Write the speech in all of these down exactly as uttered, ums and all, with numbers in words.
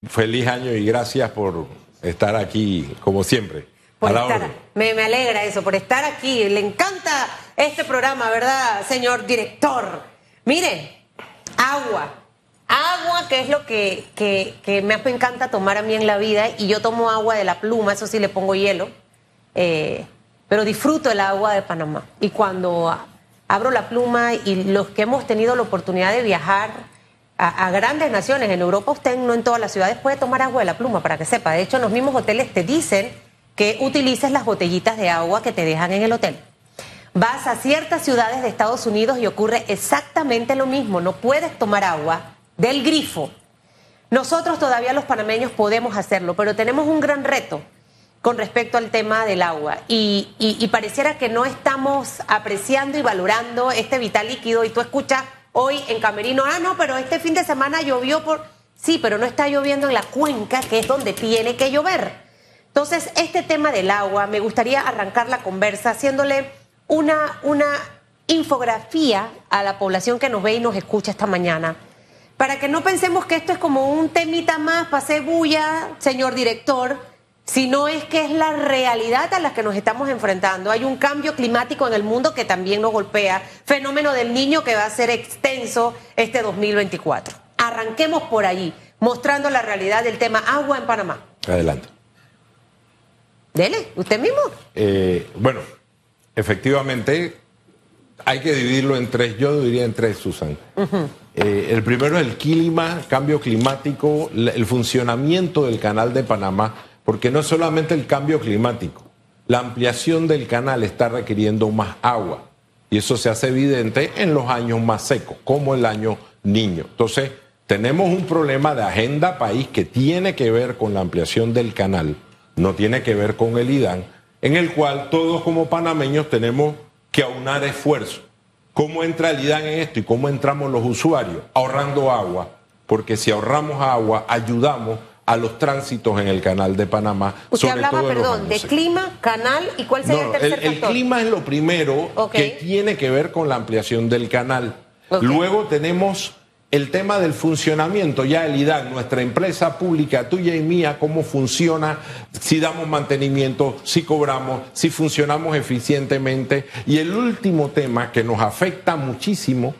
Feliz año y gracias por estar aquí, como siempre. Por a la estar, orden. me, me alegra eso, por estar aquí. Le encanta este programa, ¿verdad, señor director? Mire, agua. Agua, que es lo que, que, que me encanta tomar a mí en la vida. Y yo tomo agua de la pluma, eso sí le pongo hielo. Eh, pero disfruto el agua de Panamá. Y cuando abro la pluma y los que hemos tenido la oportunidad de viajar a, a grandes naciones, en Europa usted no en todas las ciudades puede tomar agua de la pluma, para que sepa. De hecho, en los mismos hoteles te dicen que utilices las botellitas de agua que te dejan en el hotel. Vas a ciertas ciudades de Estados Unidos y ocurre exactamente lo mismo. No puedes tomar agua del grifo. Nosotros todavía los panameños podemos hacerlo, pero tenemos un gran reto con respecto al tema del agua. Y, y, y pareciera que no estamos apreciando y valorando este vital líquido. Y tú escuchas hoy en Camerino, ah, no, pero este fin de semana llovió por... Sí, pero no está lloviendo en la cuenca, que es donde tiene que llover. Entonces, este tema del agua, me gustaría arrancar la conversa haciéndole una, una infografía a la población que nos ve y nos escucha esta mañana, para que no pensemos que esto es como un temita más, pase bulla, señor director, sino es que es la realidad a la que nos estamos enfrentando. Hay un cambio climático en el mundo que también nos golpea, fenómeno del Niño que va a ser extenso este dos mil veinticuatro. Arranquemos por allí, mostrando la realidad del tema agua en Panamá. Adelante. Dele, usted mismo. Eh, bueno, efectivamente, hay que dividirlo en tres, yo diría en tres, Susan. Uh-huh. eh, el primero es el clima, cambio climático, el funcionamiento del canal de Panamá, porque no es solamente el cambio climático, la ampliación del canal está requiriendo más agua, y eso se hace evidente en los años más secos, como el año Niño. Entonces, tenemos un problema de agenda país que tiene que ver con la ampliación del canal, no tiene que ver con el IDAN, en el cual todos como panameños tenemos que aunar esfuerzos. ¿Cómo entra el IDAN en esto y cómo entramos los usuarios? Ahorrando agua, porque si ahorramos agua, ayudamos a los tránsitos en el canal de Panamá. Usted sobre hablaba, todo perdón, de secos. clima, canal, ¿y cuál sería No, el tercer el, el factor? clima es lo primero Okay. que tiene que ver con la ampliación del canal. Okay. Luego tenemos el tema del funcionamiento, ya el IDAN, nuestra empresa pública, tuya y mía, cómo funciona, si damos mantenimiento, si cobramos, si funcionamos eficientemente. Y el último tema que nos afecta muchísimo,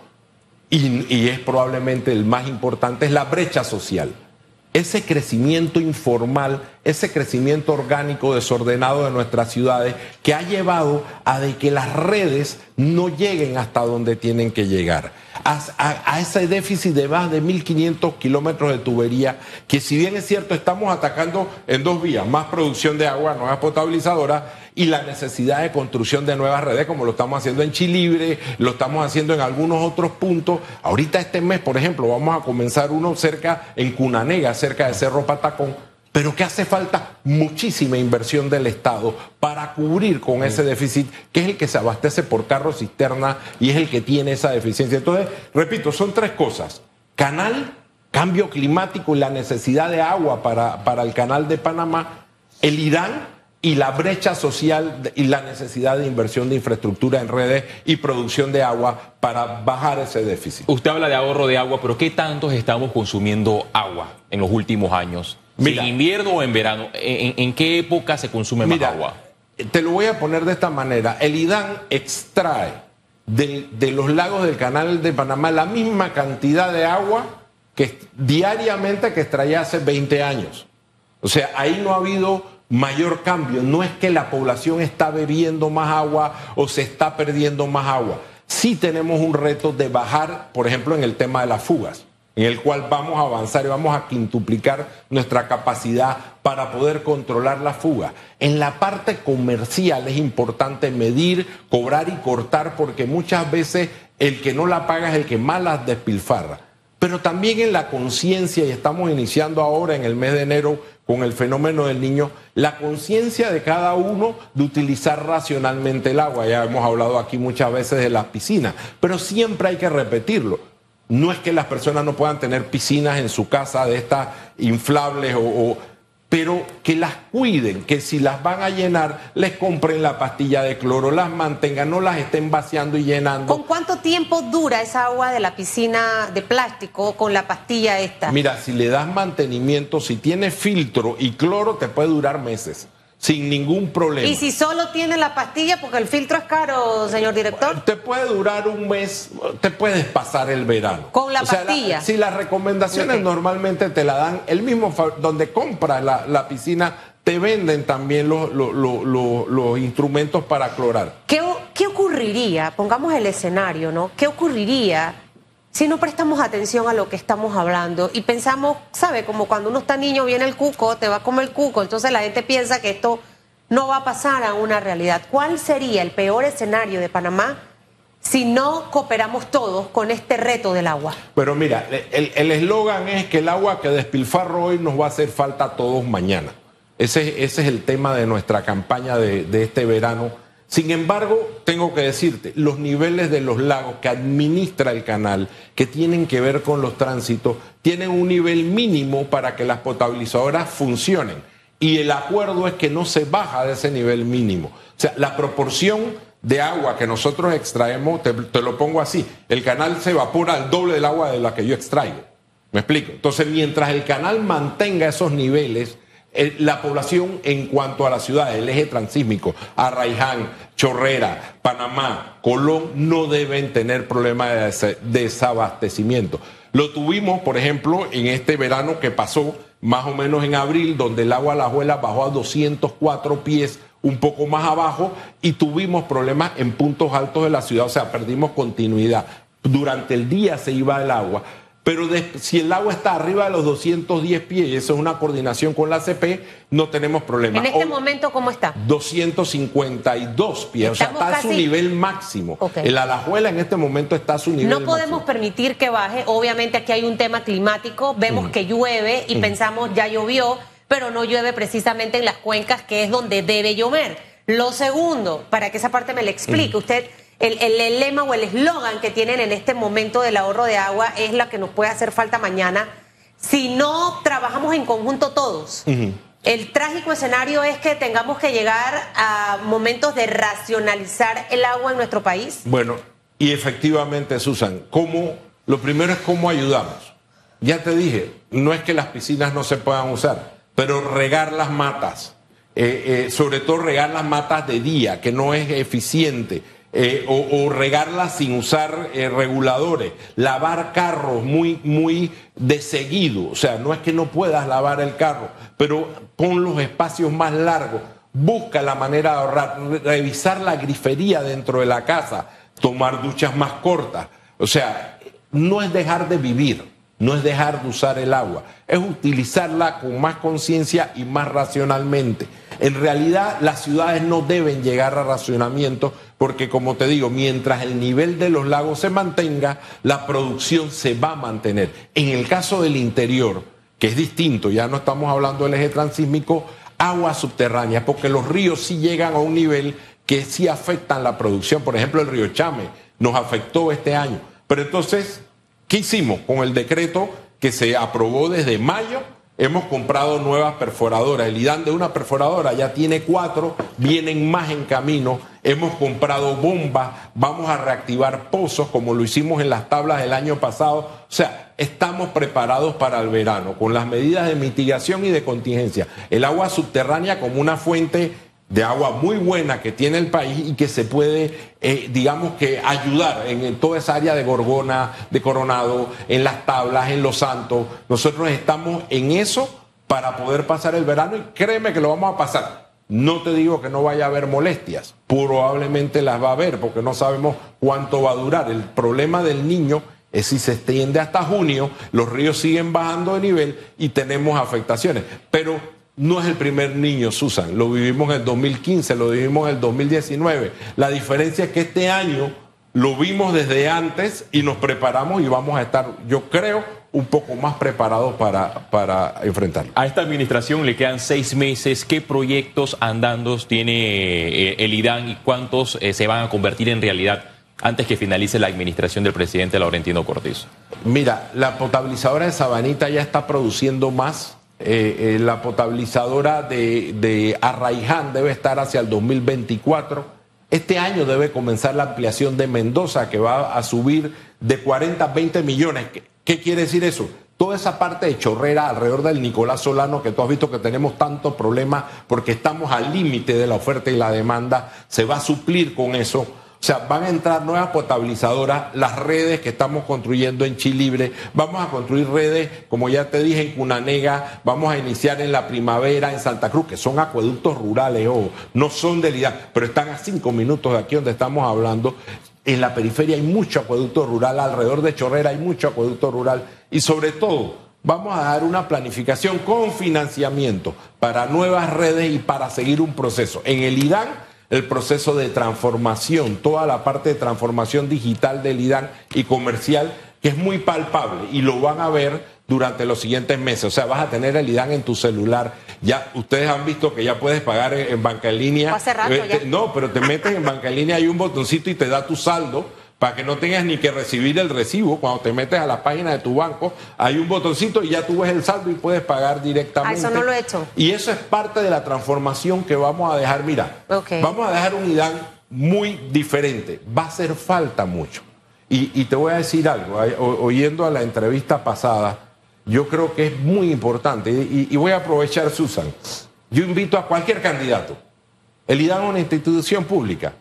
y, y es probablemente el más importante, es la brecha social. Ese crecimiento informal, ese crecimiento orgánico desordenado de nuestras ciudades que ha llevado a de que las redes no lleguen hasta donde tienen que llegar. A, a, a ese déficit de más de mil quinientos kilómetros de tubería, que si bien es cierto estamos atacando en dos vías, más producción de agua, nuevas potabilizadoras, y la necesidad de construcción de nuevas redes, como lo estamos haciendo en Chilibre, lo estamos haciendo en algunos otros puntos. Ahorita este mes, por ejemplo, vamos a comenzar uno cerca, en Cunanega, cerca de Cerro Patacón, pero que hace falta muchísima inversión del Estado para cubrir con ese déficit, que es el que se abastece por carro cisterna y es el que tiene esa deficiencia. Entonces, repito, son tres cosas: canal, cambio climático y la necesidad de agua para, para el canal de Panamá, el IDAN y la brecha social y la necesidad de inversión de infraestructura en redes y producción de agua para bajar ese déficit. Usted habla de ahorro de agua, pero ¿qué tantos estamos consumiendo agua en los últimos años? Mira, ¿En invierno o en verano? ¿En, en qué época se consume más mira, agua? Te lo voy a poner de esta manera. El IDAN extrae de, de los lagos del canal de Panamá la misma cantidad de agua que diariamente que extraía hace veinte años. O sea, ahí no ha habido mayor cambio. No es que la población está bebiendo más agua o se está perdiendo más agua. Sí tenemos un reto de bajar, por ejemplo, en el tema de las fugas, en el cual vamos a avanzar y vamos a quintuplicar nuestra capacidad para poder controlar la fuga. En la parte comercial es importante medir, cobrar y cortar, porque muchas veces el que no la paga es el que más las despilfarra. Pero también en la conciencia, y estamos iniciando ahora en el mes de enero con el fenómeno del Niño, la conciencia de cada uno de utilizar racionalmente el agua. Ya hemos hablado aquí muchas veces de las piscinas, pero siempre hay que repetirlo. No es que las personas no puedan tener piscinas en su casa de estas inflables o, o pero que las cuiden, que si las van a llenar, les compren la pastilla de cloro, las mantengan, no las estén vaciando y llenando. ¿Con cuánto tiempo dura esa agua de la piscina de plástico con la pastilla esta? Mira, si le das mantenimiento, si tiene filtro y cloro, te puede durar meses, sin ningún problema. ¿Y si solo tiene la pastilla, porque el filtro es caro, señor director? Te puede durar un mes, te puedes pasar el verano. ¿Con la o sea, pastilla? La, si las recomendaciones Okay. normalmente te la dan, el mismo donde compras la, la piscina, te venden también los, los, los, los, los instrumentos para clorar. ¿Qué, ¿Qué ocurriría? Pongamos el escenario, ¿no? ¿Qué ocurriría si no prestamos atención a lo que estamos hablando y pensamos, ¿sabe? Como cuando uno está niño, viene el cuco, te va a comer el cuco, entonces la gente piensa que esto no va a pasar a una realidad. ¿Cuál sería el peor escenario de Panamá si no cooperamos todos con este reto del agua? Pero mira, el eslogan es que el agua que despilfarro hoy nos va a hacer falta a todos mañana. Ese, ese es el tema de nuestra campaña de, de este verano. Sin embargo, tengo que decirte, los niveles de los lagos que administra el canal, que tienen que ver con los tránsitos, tienen un nivel mínimo para que las potabilizadoras funcionen. Y el acuerdo es que no se baja de ese nivel mínimo. O sea, la proporción de agua que nosotros extraemos, te, te lo pongo así, el canal se evapora al doble del agua de la que yo extraigo. ¿Me explico? Entonces, mientras el canal mantenga esos niveles, la población en cuanto a las ciudades, el eje transísmico, Arraiján, Chorrera, Panamá, Colón, no deben tener problemas de desabastecimiento. Lo tuvimos, por ejemplo, en este verano que pasó, más o menos en abril, donde el agua Alajuela bajó a doscientos cuatro pies, un poco más abajo, y tuvimos problemas en puntos altos de la ciudad, o sea, perdimos continuidad. Durante el día se iba el agua. Pero de, si el agua está arriba de los doscientos diez pies, y eso es una coordinación con la A C P, no tenemos problema. ¿En este o, momento cómo está? doscientos cincuenta y dos pies, Estamos o sea, está casi... a su nivel máximo. Okay. El Alajuela en este momento está a su nivel máximo. No podemos máximo. permitir que baje. Obviamente aquí hay un tema climático. Vemos mm. que llueve y mm. pensamos ya llovió, pero no llueve precisamente en las cuencas, que es donde debe llover. Lo segundo, para que esa parte me la explique, mm. usted... El, el, el lema o el eslogan que tienen en este momento del ahorro de agua es la que nos puede hacer falta mañana si no trabajamos en conjunto todos. Uh-huh. El trágico escenario es que tengamos que llegar a momentos de racionalizar el agua en nuestro país. Bueno, y efectivamente, Susan, ¿cómo? Lo primero es cómo ayudamos. Ya te dije, no es que las piscinas no se puedan usar, pero regar las matas, eh, eh, sobre todo regar las matas de día, que no es eficiente. Eh, o, o regarlas sin usar eh, reguladores, lavar carros muy, muy de seguido, o sea, no es que no puedas lavar el carro, pero pon los espacios más largos, busca la manera de ahorrar, revisar la grifería dentro de la casa, tomar duchas más cortas, o sea, no es dejar de vivir, no es dejar de usar el agua, es utilizarla con más conciencia y más racionalmente. En realidad, las ciudades no deben llegar a racionamiento porque, como te digo, mientras el nivel de los lagos se mantenga, la producción se va a mantener. En el caso del interior, que es distinto, ya no estamos hablando del eje transísmico, agua subterránea, porque los ríos sí llegan a un nivel que sí afectan la producción. Por ejemplo, el río Chame nos afectó este año. Pero entonces, ¿qué hicimos? Con el decreto que se aprobó desde mayo, hemos comprado nuevas perforadoras. El IDAN de una perforadora ya tiene cuatro, vienen más en camino. Hemos comprado bombas, vamos a reactivar pozos como lo hicimos en las tablas del año pasado. O sea, estamos preparados para el verano con las medidas de mitigación y de contingencia. El agua subterránea como una fuente de agua muy buena que tiene el país y que se puede, eh, digamos que ayudar en, en toda esa área de Gorgona, de Coronado, en las tablas, en Los Santos. Nosotros estamos en eso para poder pasar el verano y créeme que lo vamos a pasar. No te digo que no vaya a haber molestias, probablemente las va a haber porque no sabemos cuánto va a durar. El problema del Niño es si se extiende hasta junio, los ríos siguen bajando de nivel y tenemos afectaciones. Pero no es el primer Niño, Susan, lo vivimos en el dos mil quince, lo vivimos en el dos mil diecinueve. La diferencia es que este año lo vimos desde antes y nos preparamos y vamos a estar, yo creo, un poco más preparados para, para enfrentarlo. A esta administración le quedan seis meses. ¿Qué proyectos andando tiene el IDAN y cuántos eh, se van a convertir en realidad antes que finalice la administración del presidente Laurentino Cortizo? Mira, la potabilizadora de Sabanita ya está produciendo más eh, eh, la potabilizadora de, de Arraiján debe estar hacia el dos mil veinticuatro. Este año debe comenzar la ampliación de Mendoza, que va a subir de cuarenta a veinte millones. ¿Qué, qué quiere decir eso? Toda esa parte de Chorrera alrededor del Nicolás Solano, que tú has visto que tenemos tantos problemas porque estamos al límite de la oferta y la demanda, se va a suplir con eso. O sea, van a entrar nuevas potabilizadoras, las redes que estamos construyendo en Chilibre, vamos a construir redes, como ya te dije, en Cunanega, vamos a iniciar en La Primavera, en Santa Cruz, que son acueductos rurales, ojo, no son del I D A N, pero están a cinco minutos de aquí donde estamos hablando. En la periferia hay mucho acueducto rural, alrededor de Chorrera hay mucho acueducto rural y sobre todo vamos a dar una planificación con financiamiento para nuevas redes y para seguir un proceso. En el I D A N, el proceso de transformación, toda la parte de transformación digital del I D A N y comercial, que es muy palpable y lo van a ver durante los siguientes meses. O sea, vas a tener el I D A N en tu celular. Ya ustedes han visto que ya puedes pagar en, en banca en línea. Hace rato eh, ya. te, no, pero te metes en banca en línea, hay un botoncito y te da tu saldo para que no tengas ni que recibir el recibo. Cuando te metes a la página de tu banco, hay un botoncito y ya tú ves el saldo y puedes pagar directamente. Ah, eso no lo he hecho. Y eso es parte de la transformación que vamos a dejar. Mira, okay. Vamos a dejar un I D A N muy diferente. Va a hacer falta mucho. Y, y te voy a decir algo, o, oyendo a la entrevista pasada, yo creo que es muy importante, y, y voy a aprovechar, Susan, yo invito a cualquier candidato, el I D A N es una institución pública,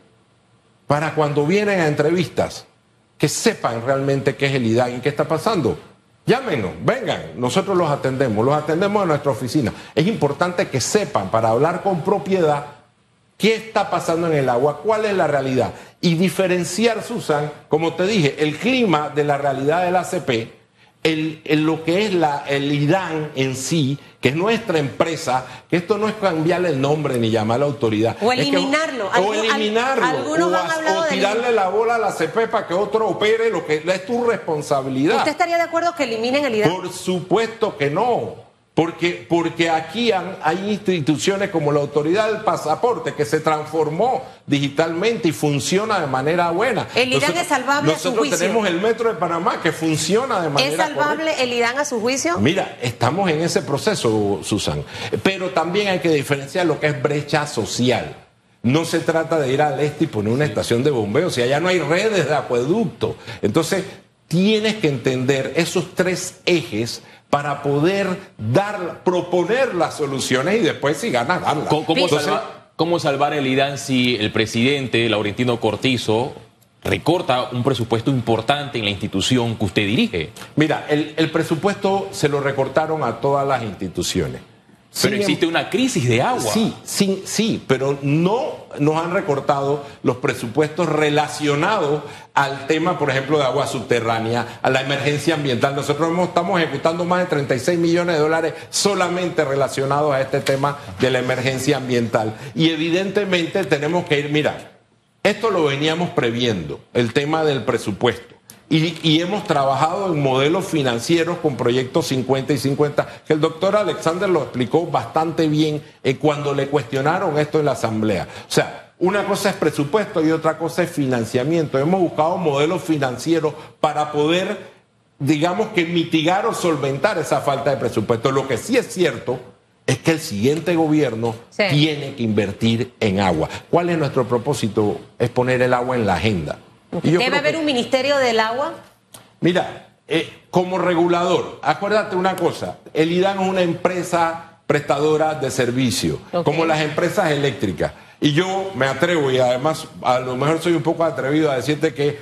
para cuando vienen a entrevistas, que sepan realmente qué es el I D A N y qué está pasando. Llámenos, vengan, nosotros los atendemos, los atendemos en nuestra oficina. Es importante que sepan, para hablar con propiedad, qué está pasando en el agua, cuál es la realidad. Y diferenciar, Susan, como te dije, el clima de la realidad del A C P, el, el, lo que es la, el I D A N en sí, que es nuestra empresa, que esto no es cambiarle el nombre ni llamar a la autoridad. O eliminarlo. Es que, o eliminarlo. Al, algunos o, han hablado o tirarle del... la bola a la A C P para que otro opere lo que es tu responsabilidad. ¿Usted estaría de acuerdo que eliminen el I D A N? Por supuesto que no. Porque, porque aquí han, hay instituciones como la Autoridad del Pasaporte que se transformó digitalmente y funciona de manera buena. El I D A N nosotros, es salvable a su juicio. Nosotros tenemos el Metro de Panamá que funciona de manera ¿Es salvable correcta. el I D A N a su juicio? Mira, estamos en ese proceso, Susan. Pero también hay que diferenciar lo que es brecha social. No se trata de ir al este y poner una estación de bombeo, si allá no hay redes de acueducto. Entonces, tienes que entender esos tres ejes para poder dar, proponer las soluciones y después si ganas, darlas. ¿Cómo, cómo, Entonces, salva, ¿Cómo salvar el I D A N si el presidente, Laurentino Cortizo, recorta un presupuesto importante en la institución que usted dirige? Mira, el, el presupuesto se lo recortaron a todas las instituciones. Pero Sin existe em- una crisis de agua. Sí, sí, sí, pero no nos han recortado los presupuestos relacionados al tema, por ejemplo, de agua subterránea, a la emergencia ambiental. Nosotros hemos- estamos ejecutando más de treinta y seis millones de dólares solamente relacionados a este tema de la emergencia ambiental. Y evidentemente tenemos que ir, mira, esto lo veníamos previendo, el tema del presupuesto. Y, y hemos trabajado en modelos financieros con proyectos cincuenta y cincuenta, que el doctor Alexander lo explicó bastante bien eh, cuando le cuestionaron esto en la asamblea. O sea, una cosa es presupuesto y otra cosa es financiamiento. Hemos buscado modelos financieros para poder, digamos que mitigar o solventar esa falta de presupuesto. Lo que sí es cierto es que el siguiente gobierno sí. tiene que invertir en agua. ¿Cuál es nuestro propósito? Es poner el agua en la agenda. Y yo ¿Debe creo haber que- un ministerio del agua? Mira, eh, como regulador, acuérdate una cosa, el I D A N es una empresa prestadora de servicio, Ok. como las empresas eléctricas. Y yo me atrevo, y además a lo mejor soy un poco atrevido a decirte que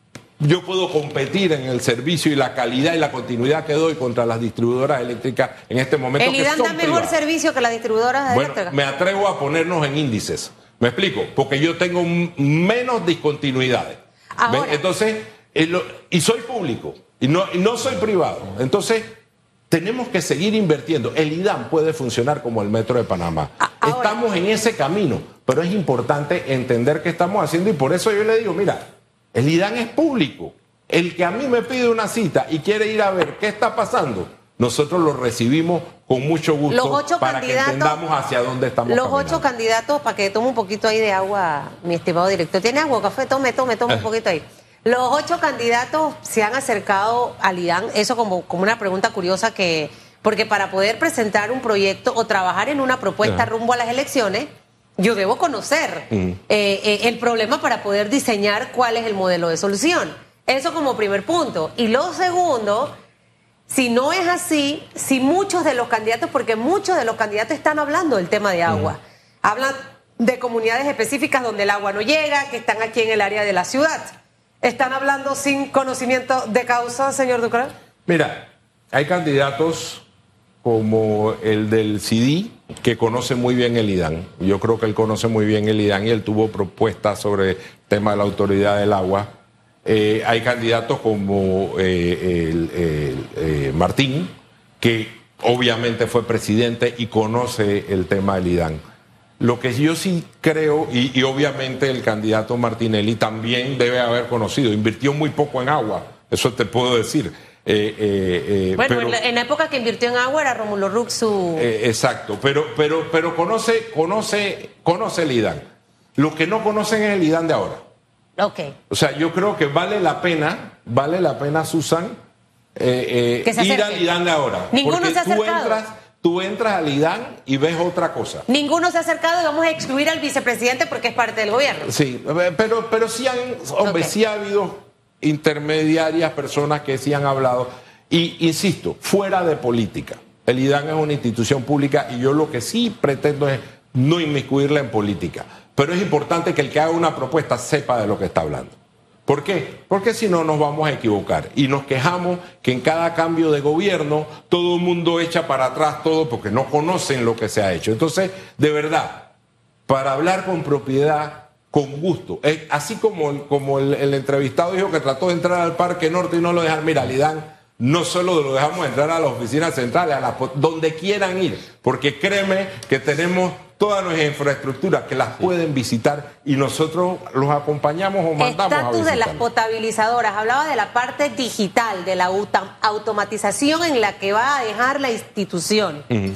yo puedo competir en el servicio y la calidad y la continuidad que doy contra las distribuidoras eléctricas en este momento. ¿El que I D A N son da mejor privadas. servicio que las distribuidoras Bueno, eléctricas? me atrevo a ponernos en índices. ¿Me explico? Porque yo tengo m- menos discontinuidades. Ahora. ¿Ven? Entonces, eh, lo- y soy público, y no, y no soy privado. Entonces, tenemos que seguir invirtiendo. El I D A N puede funcionar como el Metro de Panamá. A- ahora. Estamos en ese camino, pero es importante entender qué estamos haciendo y por eso yo le digo, mira, el I D A N es público. El que a mí me pide una cita y quiere ir a ver qué está pasando, nosotros lo recibimos con mucho gusto Los ocho para que candidatos- entendamos hacia dónde estamos Los caminando. ocho candidatos, para que tome un poquito ahí de agua, mi estimado director. ¿Tiene agua, café? Tome, tome, tome un poquito ahí. Los ocho candidatos se han acercado al I D A N, eso como, como una pregunta curiosa que Porque para poder presentar un proyecto o trabajar en una propuesta Ajá. rumbo a las elecciones, yo debo conocer Mm. eh, eh, el problema para poder diseñar cuál es el modelo de solución. Eso como primer punto. Y lo segundo, si no es así, si muchos de los candidatos, porque muchos de los candidatos están hablando del tema de agua, mm. hablan de comunidades específicas donde el agua no llega, que están aquí en el área de la ciudad. ¿Están hablando sin conocimiento de causa, señor Ducral? Mira, hay candidatos como el del C I D, que conoce muy bien el IDAN. Yo creo que él conoce muy bien el IDAN y él tuvo propuestas sobre el tema de la autoridad del agua. Eh, hay candidatos como eh, el, el, eh, Martín, que obviamente fue presidente y conoce el tema del IDAN. Lo que yo sí creo, y, y obviamente el candidato Martinelli también debe haber conocido, invirtió muy poco en agua, eso te puedo decir. Eh, eh, eh, bueno, pero, en, la, en la época que invirtió en agua era Rómulo Rux su... Eh, exacto, pero, pero, pero conoce, conoce, conoce el IDAN. Lo que no conocen es el IDAN de ahora. Ok. O sea, yo creo que vale la pena, vale la pena, Susan, eh, eh, ir al IDAN de ahora. Ninguno porque se ha tú acercado. entras, tú entras al IDAN y ves otra cosa. Ninguno se ha acercado y vamos a excluir al vicepresidente porque es parte del gobierno. Sí, pero, pero sí han, hombre, Ok. sí ha habido intermediarias, personas que sí han hablado. Y insisto, fuera de política. El IDAN es una institución pública y yo lo que sí pretendo es no inmiscuirla en política. Pero es importante que el que haga una propuesta sepa de lo que está hablando. ¿Por qué? Porque si no nos vamos a equivocar y nos quejamos que en cada cambio de gobierno todo el mundo echa para atrás todo porque no conocen lo que se ha hecho. Entonces, de verdad, para hablar con propiedad, con gusto, es así como, como el, el entrevistado dijo que trató de entrar al Parque Norte y no lo dejaron, mira, el IDAN no solo lo dejamos entrar a las oficinas centrales, a la, donde quieran ir, porque créeme que tenemos toda nuestra infraestructura que las pueden visitar y nosotros los acompañamos o mandamos a Estatus de las visitar. potabilizadoras, hablaba de la parte digital, de la auta- automatización en la que va a dejar la institución. Uh-huh.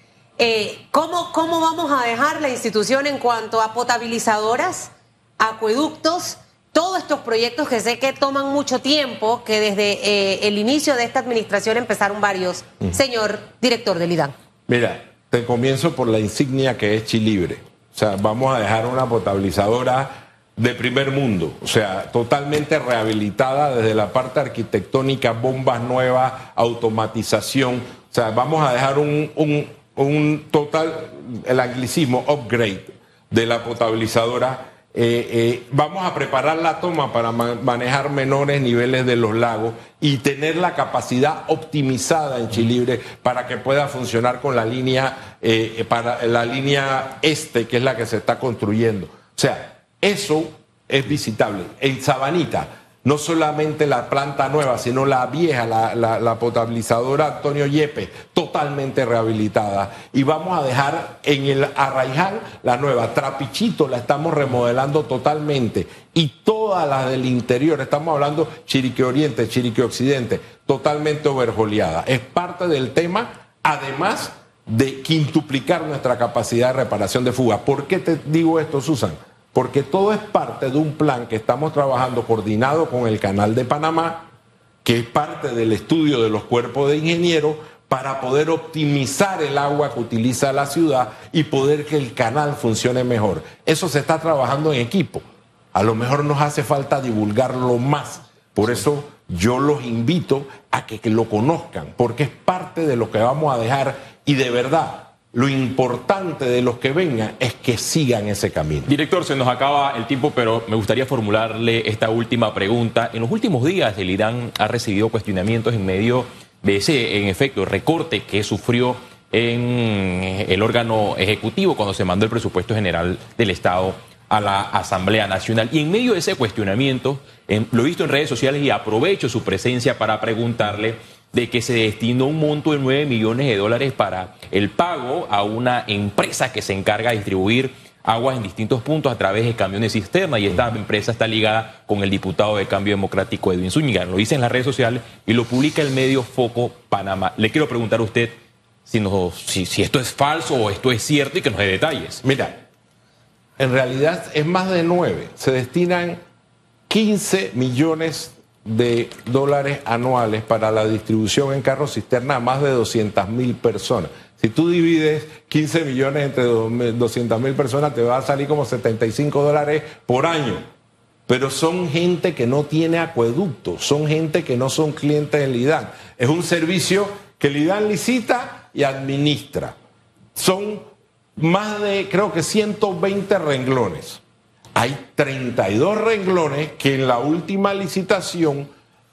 eh, ¿cómo, ¿Cómo vamos a dejar la institución en cuanto a potabilizadoras, acueductos? Todos estos proyectos que sé que toman mucho tiempo, que desde eh, el inicio de esta administración empezaron varios. Uh-huh. Señor director del IDAN. Mira, te comienzo por la insignia que es Chilibre. O sea, vamos a dejar una potabilizadora de primer mundo, o sea, totalmente rehabilitada desde la parte arquitectónica, bombas nuevas, automatización. O sea, vamos a dejar un, un, un total, el anglicismo, upgrade de la potabilizadora. Eh, eh, vamos a preparar la toma para ma- manejar menores niveles de los lagos y tener la capacidad optimizada en Chilibre para que pueda funcionar con la línea eh, para la línea este, que es la que se está construyendo. O sea, eso es visitable. En Sabanita, no solamente la planta nueva, sino la vieja, la, la, la potabilizadora Antonio Yepes, totalmente rehabilitada. Y vamos a dejar en el Arraiján la nueva. Trapichito la estamos remodelando totalmente. Y todas las del interior, estamos hablando Chiriquí Oriente, Chiriquí Occidente, totalmente overjoleada. Es parte del tema, además de quintuplicar nuestra capacidad de reparación de fuga. ¿Por qué te digo esto, Susan? Porque todo es parte de un plan que estamos trabajando coordinado con el Canal de Panamá, que es parte del estudio de los cuerpos de ingenieros para poder optimizar el agua que utiliza la ciudad y poder que el canal funcione mejor. Eso se está trabajando en equipo. A lo mejor nos hace falta divulgarlo más. Por eso yo los invito a que, que lo conozcan, porque es parte de lo que vamos a dejar y de verdad. Lo importante de los que vengan es que sigan ese camino. Director, se nos acaba el tiempo, pero me gustaría formularle esta última pregunta. En los últimos días, el IDAN ha recibido cuestionamientos en medio de ese, en efecto, recorte que sufrió en el órgano ejecutivo cuando se mandó el presupuesto general del Estado a la Asamblea Nacional. Y en medio de ese cuestionamiento, en, lo he visto en redes sociales y aprovecho su presencia para preguntarle de que se destinó un monto de nueve millones de dólares para el pago a una empresa que se encarga de distribuir aguas en distintos puntos a través de camiones cisterna, y esta empresa está ligada con el diputado de Cambio Democrático Edwin Zúñiga. Lo dice en las redes sociales y lo publica el medio Foco Panamá. Le quiero preguntar a usted si, nos, si, si esto es falso o esto es cierto y que nos dé detalles. Mira, en realidad es más de nueve. Se destinan quince millones de dólares anuales para la distribución en carros cisterna a más de doscientas mil personas. Si tú divides quince millones entre doscientas mil personas, te va a salir como setenta y cinco dólares por año. Pero son gente que no tiene acueducto, son gente que no son clientes del IDAN. Es un servicio que el IDAN licita y administra. Son más de, creo que ciento veinte renglones. Hay treinta y dos renglones que en la última licitación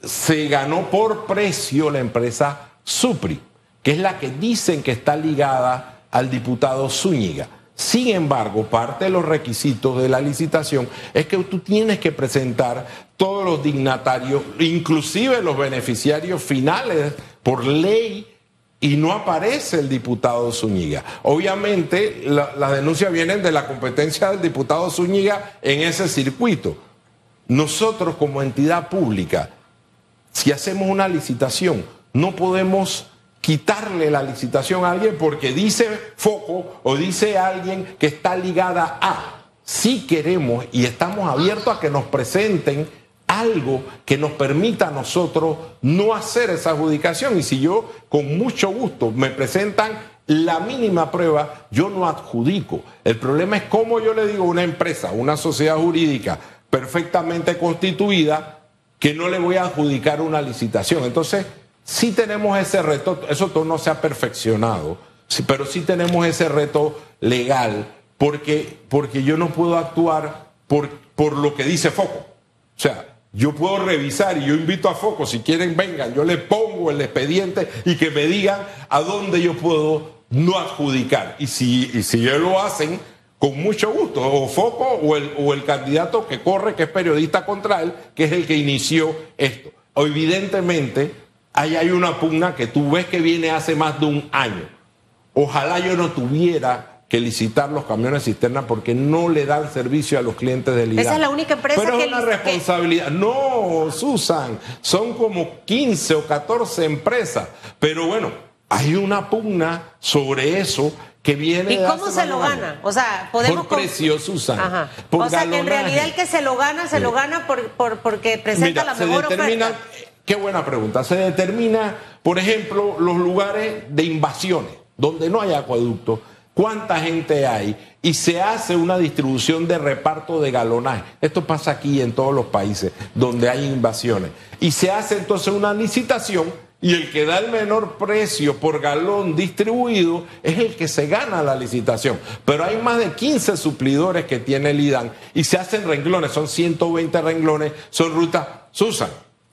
se ganó por precio la empresa Supri, que es la que dicen que está ligada al diputado Zúñiga. Sin embargo, parte de los requisitos de la licitación es que tú tienes que presentar todos los dignatarios, inclusive los beneficiarios finales por ley, y no aparece el diputado Zúñiga. Obviamente, la, las denuncias vienen de la competencia del diputado Zúñiga en ese circuito. Nosotros, como entidad pública, si hacemos una licitación, no podemos quitarle la licitación a alguien porque dice Foco o dice alguien que está ligada a. Si queremos y estamos abiertos a que nos presenten algo que nos permita a nosotros no hacer esa adjudicación. Y si yo, con mucho gusto, me presentan la mínima prueba, yo no adjudico. El problema es cómo yo le digo a una empresa, una sociedad jurídica perfectamente constituida, que no le voy a adjudicar una licitación. Entonces, sí tenemos ese reto, eso todo no se ha perfeccionado, sí, pero sí tenemos ese reto legal, porque, porque yo no puedo actuar por, por lo que dice Foco. O sea, yo puedo revisar y yo invito a Foco, si quieren vengan, yo le pongo el expediente y que me digan a dónde yo puedo no adjudicar. Y si, y si ellos lo hacen, con mucho gusto, o Foco o el, o el candidato que corre, que es periodista contra él, que es el que inició esto. Evidentemente, ahí hay una pugna que tú ves que viene hace más de un año. Ojalá yo no tuviera que licitar los camiones cisterna porque no le dan servicio a los clientes del IDAN. Esa es la única empresa Pero que... es una responsabilidad. No, Susan, son como quince o catorce empresas. Pero bueno, hay una pugna sobre eso que viene... ¿Y de cómo hace se lo varios gana? años. O sea, podemos... Por precio, Susan. Ajá. Por o sea, que en galonaje. realidad el que se lo gana, se Sí. lo gana por, por, porque presenta Mira, la se mejor determina, oferta. qué buena pregunta. Se determina, por ejemplo, los lugares de invasiones, donde no hay acueducto, cuánta gente hay, y se hace una distribución de reparto de galonaje. Esto pasa aquí en todos los países donde hay invasiones. Y se hace entonces una licitación, y el que da el menor precio por galón distribuido es el que se gana la licitación. Pero hay más de quince suplidores que tiene el IDAN, y se hacen renglones, son ciento veinte renglones, son rutas. Susan,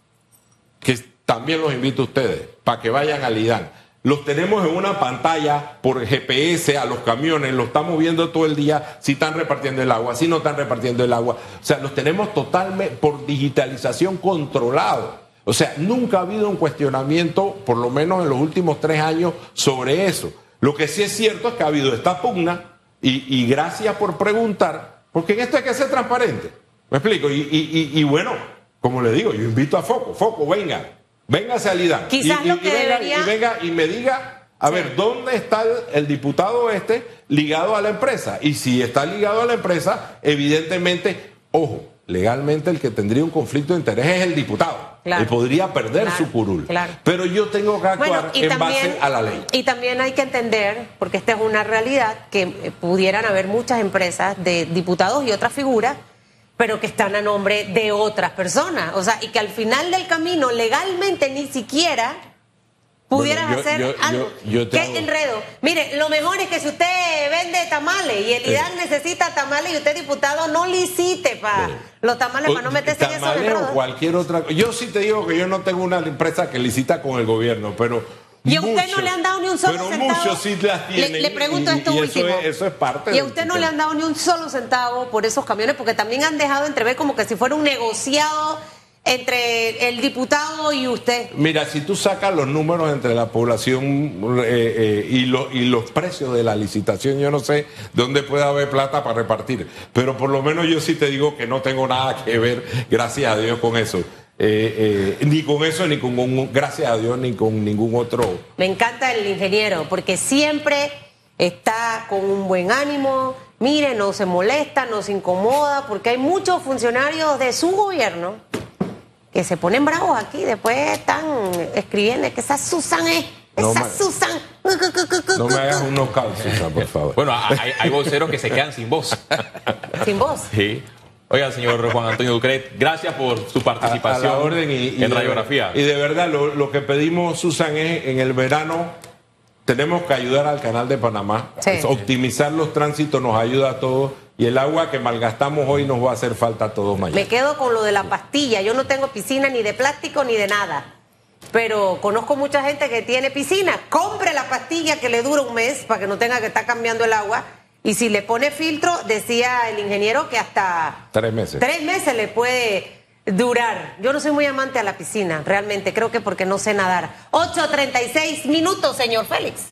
que también los invito a ustedes, para que vayan al IDAN. Los tenemos en una pantalla por G P S a los camiones, los estamos viendo todo el día, si están repartiendo el agua, si no están repartiendo el agua. O sea, los tenemos totalmente por digitalización controlado. O sea, nunca ha habido un cuestionamiento, por lo menos en los últimos tres años, sobre eso. Lo que sí es cierto es que ha habido esta pugna, y, y gracias por preguntar, porque en esto hay que ser transparente. ¿Me explico? Y, y, y, y bueno, como le digo, yo invito a Foco, Foco, venga. Véngase al IDAN. Quizás y, lo y, que y venga, debería... y venga y me diga, a Sí. ver, ¿dónde está el, el diputado este ligado a la empresa? Y si está ligado a la empresa, evidentemente, ojo, legalmente el que tendría un conflicto de interés es el diputado. Claro. Y podría perder Claro, su curul. claro. Pero yo tengo que actuar Bueno, y en también, base a la ley. Y también hay que entender, porque esta es una realidad, que eh, pudieran haber muchas empresas de diputados y otras figuras, pero que están a nombre de otras personas. O sea, y que al final del camino, legalmente, ni siquiera pudieras Bueno, yo- hacer yo- algo. yo- yo te ¿Qué hago- enredo? Mire, lo mejor es que si usted vende tamales y el IDAN necesita tamales y usted diputado, no licite para Sí. los tamales, para no meterse en esos Tamales o enredos. cualquier otra cosa. Yo sí te digo que yo no tengo una empresa que licita con el gobierno, pero... Y a usted muchos- no le han dado ni un solo pero centavo. muchos sí las Le- tienen. Le, pregunto y- esto y último. Eso es, eso es parte Y a del usted no sistema. le han dado ni un solo centavo por esos camiones, porque también han dejado entrever como que si fuera un negociado entre el diputado y usted. Mira, si tú sacas los números entre la población eh, eh, y, lo- y los precios de la licitación, yo no sé dónde puede haber plata para repartir, pero por lo menos yo sí te digo que no tengo nada que ver, gracias a Dios, con eso. Eh, eh, ni con eso, ni con, un- gracias a Dios, ni con ningún otro. Me encanta el ingeniero, porque siempre está con un buen ánimo. Mire, no se molesta, no se incomoda, porque hay muchos funcionarios de su gobierno que se ponen bravos aquí, después están escribiendo que esa Susan es, esa No me- Susan. No me hagas unos calzos, Susan, por favor. Bueno, hay, hay voceros que se quedan sin voz. Sin voz. Sí. Oiga, señor Juan Antonio Ducret, gracias por su participación A- a la orden y, y en de- Radiografía. Y de verdad, lo, lo que pedimos, Susan, es en el verano tenemos que ayudar al Canal de Panamá. Sí. Es optimizar los tránsitos nos ayuda a todos. Y el agua que malgastamos hoy nos va a hacer falta a todos mañana. Me quedo con lo de la pastilla. Yo no tengo piscina ni de plástico ni de nada. Pero conozco mucha gente que tiene piscina. Compre la pastilla que le dura un mes para que no tenga que estar cambiando el agua. Y si le pone filtro, decía el ingeniero que hasta Tres meses. tres meses le puede durar. Yo no soy muy amante a la piscina, realmente. Creo que porque no sé nadar. ocho treinta y seis minutos, señor Félix.